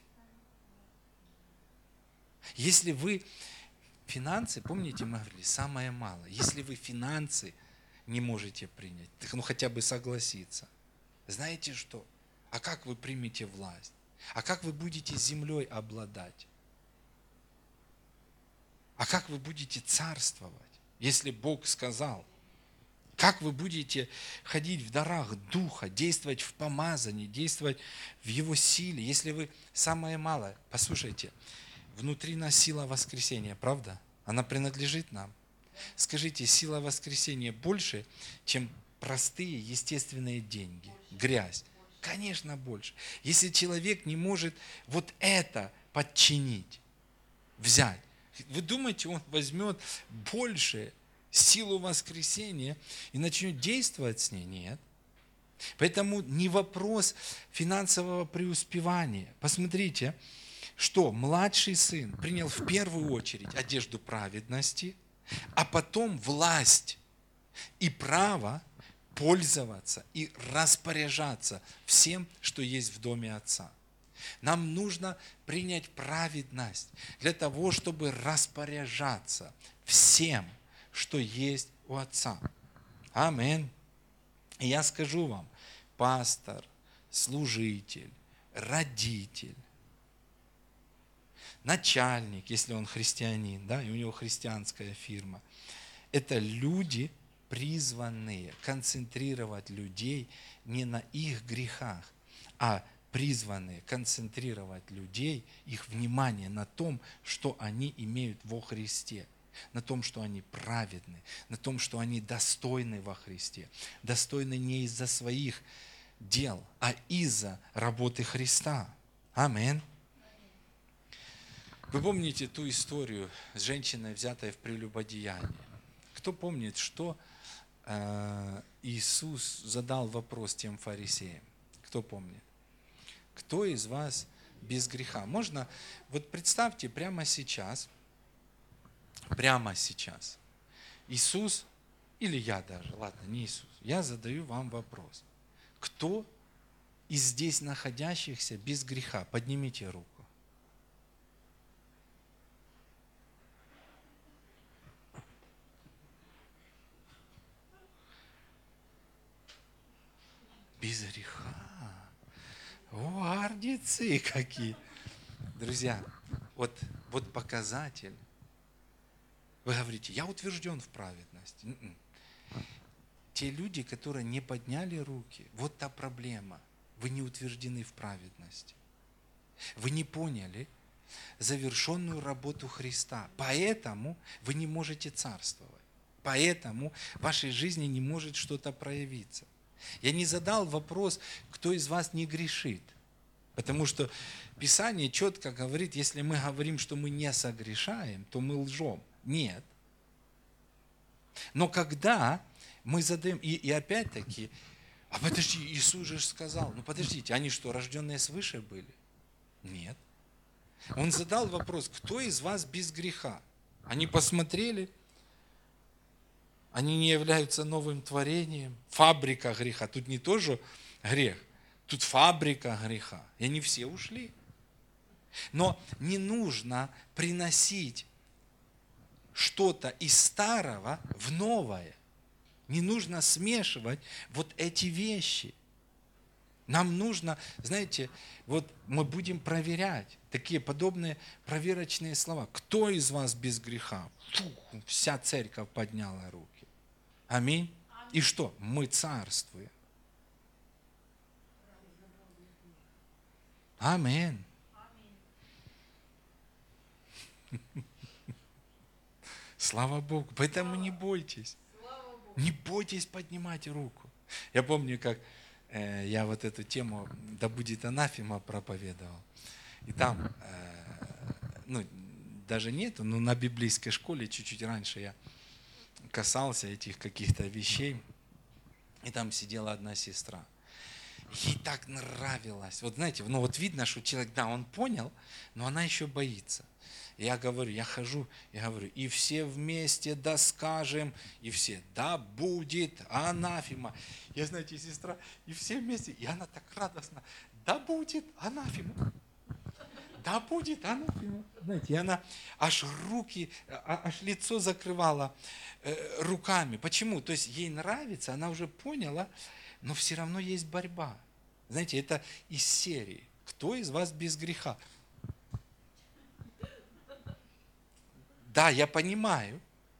Если вы финансы, помните, мы говорили, самое малое. Если вы финансы не можете принять, хотя бы согласиться. Знаете что? А как вы примете власть? А как вы будете землей обладать? А как вы будете царствовать, если Бог сказал? Как вы будете ходить в дарах Духа, действовать в помазании, действовать в Его силе, если вы самое малое? Послушайте, внутри нас сила воскресения, правда? Она принадлежит нам. Скажите, сила воскресения больше, чем простые естественные деньги, грязь? Конечно, больше. Если человек не может вот это подчинить, взять, вы думаете, он возьмет больше силу воскресения и начнет действовать с ней? Нет. Поэтому не вопрос финансового преуспевания. Посмотрите, что младший сын принял в первую очередь одежду праведности, а потом власть и право пользоваться и распоряжаться всем, что есть в доме отца. Нам нужно принять праведность для того, чтобы распоряжаться всем, что есть у отца. Аминь. И я скажу вам, пастор, служитель, родитель, начальник, если он христианин, да, и у него христианская фирма, Это люди, призванные концентрировать людей не на их грехах, а призванные концентрировать людей, их внимание на том, что они имеют во Христе, на том, что они праведны, на том, что они достойны во Христе, достойны не из-за своих дел, а из-за работы Христа. Аминь. Вы помните ту историю с женщиной, взятой в прелюбодеяние? Кто помнит, что Иисус задал вопрос тем фарисеям? Кто помнит? Кто из вас без греха? Можно, вот представьте прямо сейчас, Иисус, или я даже, ладно, не Иисус, я задаю вам вопрос. Кто из здесь находящихся без греха? Поднимите руку. Без греха. О, ардицы какие. Друзья, вот показатель. Вы говорите, я утвержден в праведности. Те люди, которые не подняли руки, вот та проблема. Вы не утверждены в праведности. Вы не поняли завершенную работу Христа. Поэтому вы не можете царствовать. Поэтому в вашей жизни не может что-то проявиться. Я не задал вопрос, кто из вас не грешит. Потому что Писание четко говорит, если мы говорим, что мы не согрешаем, то мы лжем. Нет. Но когда мы задаем, и опять-таки, а подожди, Иисус же сказал, ну подождите, они что, рожденные свыше были? Нет. Он задал вопрос, кто из вас без греха? Они посмотрели, они не являются новым творением, фабрика греха. Тут не тоже грех, тут фабрика греха. И они все ушли. Но не нужно приносить что-то из старого в новое. Не нужно смешивать вот эти вещи. Нам нужно, знаете, вот мы будем проверять такие подобные проверочные слова. Кто из вас без греха? Фу, вся церковь подняла руки. Аминь. И что? Мы царствуем. Аминь. Слава Богу. Поэтому не бойтесь. Не бойтесь поднимать руку. Я помню, как я вот эту тему «Да будет анафема» проповедовал. И там, ну, даже нету, но на библейской школе чуть-чуть раньше я касался этих каких-то вещей. И там сидела одна сестра. Ей так нравилось. Вот знаете, ну вот видно, что человек, да, он понял, но она еще боится. Я говорю, я хожу, я говорю, и все вместе да скажем, и все, да будет анафема. Я, знаете, сестра, и все вместе, и она так радостно, да будет анафема. Да будет анафема. Знаете, и она аж руки, аж лицо закрывала руками. Почему? То есть ей нравится, она уже поняла, но все равно есть борьба. Знаете, это из серии. Кто из вас без греха? Да, я понимаю,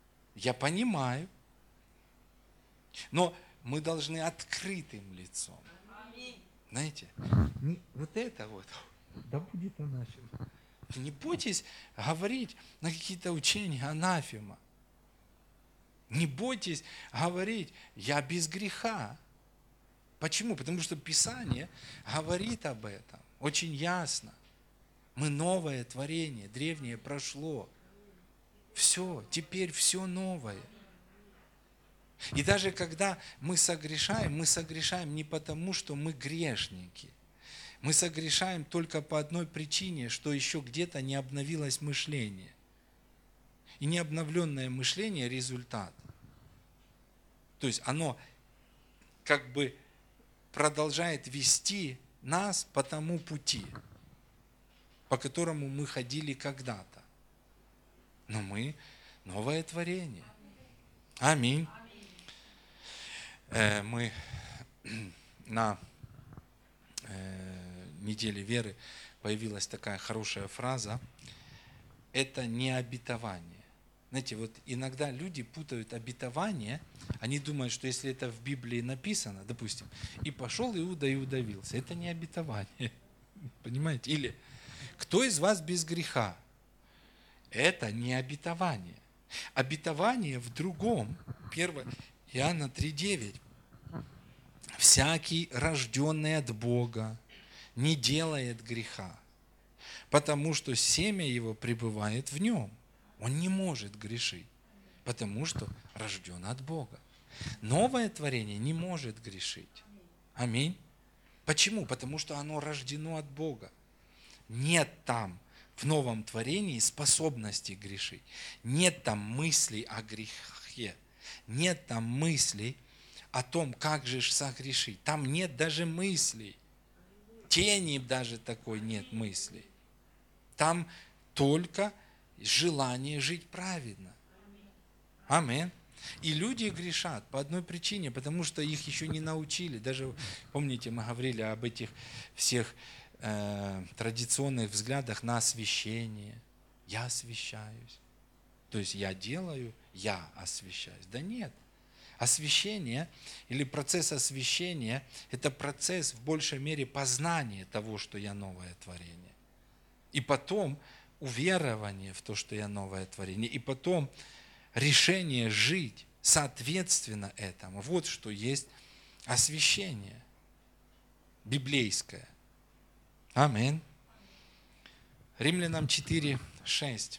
но мы должны открытым лицом. Знаете, вот это вот, да будет анафема. Не бойтесь говорить на какие-то учения анафема. Не бойтесь говорить, я без греха. Почему? Потому что Писание говорит об этом очень ясно. Мы новое творение, древнее прошло. Все, теперь все новое. И даже когда мы согрешаем не потому, что мы грешники. Мы согрешаем только по одной причине, что еще где-то не обновилось мышление. И необновленное мышление – результат. То есть оно как бы продолжает вести нас по тому пути, по которому мы ходили когда-то. Но мы новое творение. Аминь. Мы на неделе веры появилась такая хорошая фраза. Это не обетование, Знаете, вот иногда люди путают обетование, они думают, что если это в Библии написано, допустим, и пошел Иуда и удавился, это не обетование, понимаете? Или кто из вас без греха? Это не обетование. Обетование в другом. 1 Иоанна 3,9. Всякий, рожденный от Бога, не делает греха, потому что семя его пребывает в нем. Он не может грешить, потому что рожден от Бога. Новое творение не может грешить. Аминь. Почему? Потому что оно рождено от Бога. Нет там в новом творении способности грешить. Нет там мыслей о грехе. Нет там мыслей о том, как же согрешить. Там нет даже мыслей. Тени даже такой нет мыслей. Там только желание жить праведно. Аминь. И люди грешат по одной причине, потому что их еще не научили. Даже, помните, мы говорили об этих всех традиционных взглядах на освящение. Я освящаюсь. То есть я делаю, я освящаюсь. Да нет. Освящение или процесс освящения – это процесс в большей мере познания того, что я новое творение. И потом уверование в то, что я новое творение. И потом решение жить соответственно этому. Вот что есть освящение библейское. Аминь. Римлянам 4:6.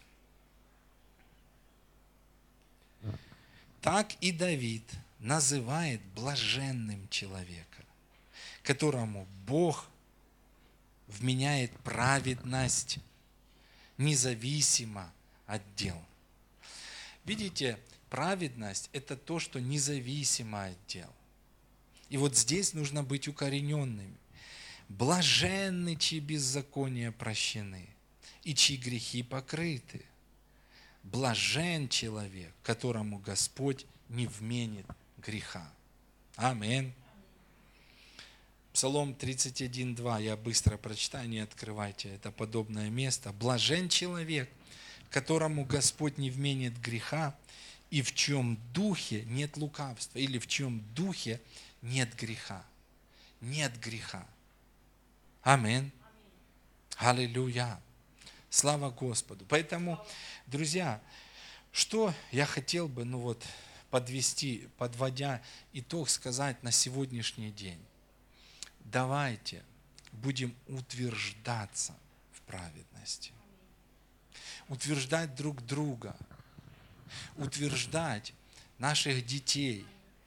Так и Давид называет блаженным человека, которому Бог вменяет праведность независимо от дел. Видите, праведность – это то, что независимо от дел. И вот здесь нужно быть укорененными. Блаженны, чьи беззакония прощены, и чьи грехи покрыты. Блажен человек, которому Господь не вменит греха. Аминь. Псалом 31:2, я быстро прочитаю, не открывайте, это подобное место. Блажен человек, которому Господь не вменит греха, и в чьем духе нет лукавства, или в чьем духе нет греха. Нет греха. Аминь. Аллилуйя. Слава Господу. Поэтому, друзья, что я хотел бы, подводя итог, сказать на сегодняшний день. Давайте будем утверждаться в праведности. Утверждать друг друга. Утверждать наших детей.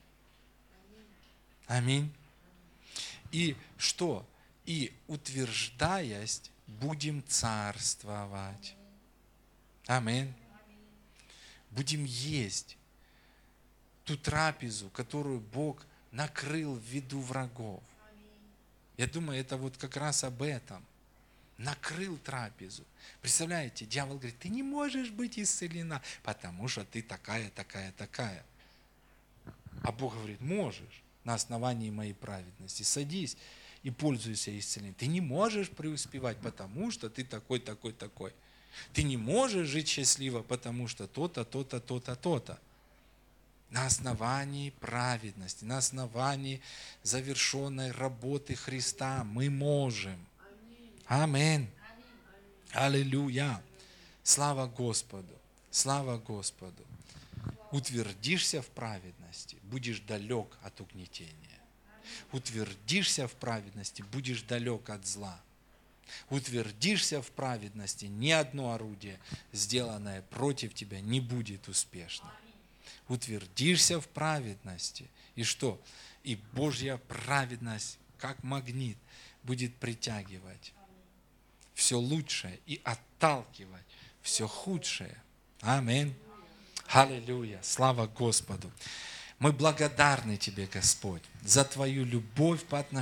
Аминь. И что? И утверждаясь, будем царствовать. Аминь. Будем есть ту трапезу, которую Бог накрыл в виду врагов. Я думаю, это вот как раз об этом. Накрыл трапезу. Представляете, дьявол говорит, ты не можешь быть исцелена, потому что ты такая, такая, такая. А Бог говорит, можешь на основании моей праведности. Садись и пользуйся исцелением. Ты не можешь преуспевать, потому что ты такой, такой, такой. Ты не можешь жить счастливо, потому что то-то, то-то, то-то, то-то. На основании праведности, на основании завершенной работы Христа мы можем. Аминь. Аллилуйя. Слава Господу. Слава Господу. Утвердишься в праведности, будешь далек от угнетения. Утвердишься в праведности, будешь далек от зла. Утвердишься в праведности, ни одно орудие, сделанное против тебя, не будет успешным. Утвердишься в праведности. И что? И Божья праведность, как магнит, будет притягивать все лучшее и отталкивать все худшее. Аминь. Аллилуйя. Слава Господу. Мы благодарны Тебе, Господь, за Твою любовь по отношению